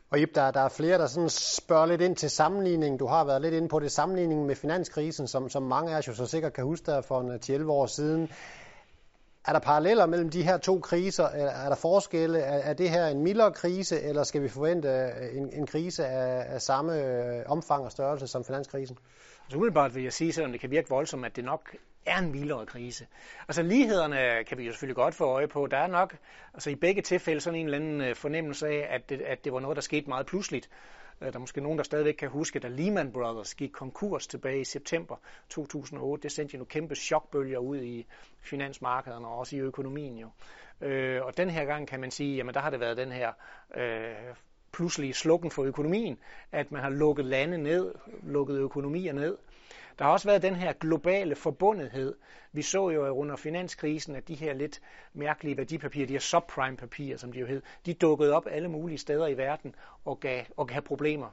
Og Ib, der er flere, der sådan spørger lidt ind til sammenligningen. Du har været lidt inde på det, sammenligningen med finanskrisen, som mange af os jo så sikkert kan huske der for 10-11 år siden. Er der paralleller mellem de her to kriser? Er der forskelle? Er det her en mildere krise, eller skal vi forvente en krise af samme omfang og størrelse som finanskrisen? Altså umiddelbart vil jeg sige, selvom det kan virke voldsomt, at det nok er en mildere krise. Altså lighederne kan vi jo selvfølgelig godt få øje på. Der er nok altså i begge tilfælde sådan en eller anden fornemmelse af, at det var noget, der skete meget pludseligt. Der er måske nogen, der stadigvæk kan huske, da Lehman Brothers gik konkurs tilbage i september 2008. Det sendte jo nogle kæmpe chokbølger ud i finansmarkederne og også i økonomien jo. Og den her gang kan man sige, jamen der har det været den her pludselige slukken for økonomien, at man har lukket lande ned, lukket økonomier ned. Der har også været den her globale forbundethed. Vi så jo under finanskrisen, at de her lidt mærkelige værdipapirer, de her subprime-papirer, som de jo hed, de dukkede op alle mulige steder i verden og gav problemer.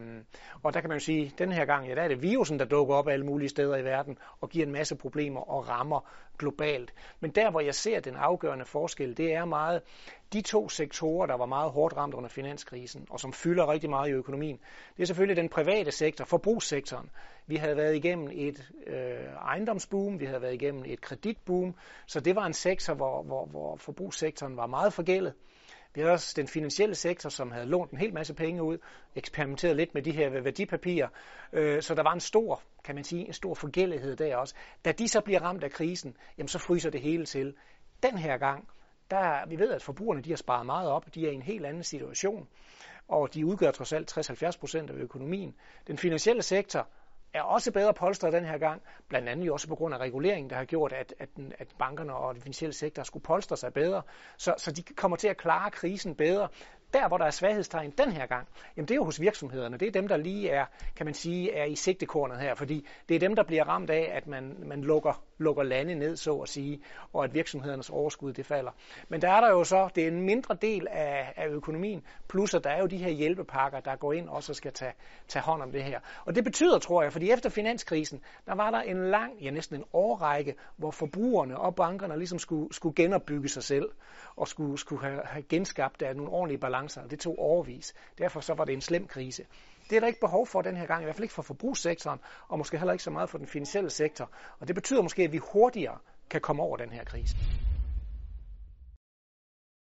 Og der kan man jo sige, at den her gang, ja, der er det virusen, der dukker op alle mulige steder i verden og giver en masse problemer og rammer globalt. Men der, hvor jeg ser den afgørende forskel, det er meget de to sektorer, der var meget hårdt ramt under finanskrisen, og som fylder rigtig meget i økonomien. Det er selvfølgelig den private sektor, forbrugssektoren. Vi havde været igennem et ejendomsboom, vi havde været igennem et kreditboom, så det var en sektor, hvor forbrugssektoren var meget forgældet. Vi havde også den finansielle sektor, som havde lånt en hel masse penge ud, eksperimenteret lidt med de her værdipapirer, så der var en stor, kan man sige, en stor forgældighed der også. Da de så bliver ramt af krisen, jamen så fryser det hele til. Den her gang, vi ved, at forbrugerne de har sparet meget op, de er i en helt anden situation, og de udgør trods alt 60-70% af økonomien. Den finansielle sektor er også bedre polstret den her gang, blandt andet jo også på grund af reguleringen, der har gjort, at bankerne og den finansielle sektor skulle polstre sig bedre, så de kommer til at klare krisen bedre. Der, hvor der er svaghedstegn den her gang, jamen det er jo hos virksomhederne. Det er dem, der lige er, kan man sige, er i sigtekornet her, fordi det er dem, der bliver ramt af, at man lukker lande ned, så at sige, og at virksomhedernes overskud det falder. Men der er der jo så, det er en mindre del af økonomien, plus at der er jo de her hjælpepakker, der går ind og også skal tage hånd om det her. Og det betyder, tror jeg, fordi efter finanskrisen, der var der en lang, ja næsten en årrække, hvor forbrugerne og bankerne ligesom skulle genopbygge sig selv, og skulle have genskabt nogle ordentlige balancer, og det tog årevis. Derfor så var det en slem krise. Det er der ikke behov for den her gang, i hvert fald ikke for forbrugssektoren, og måske heller ikke så meget for den finansielle sektor. Og det betyder måske, at vi hurtigere kan komme over den her krise.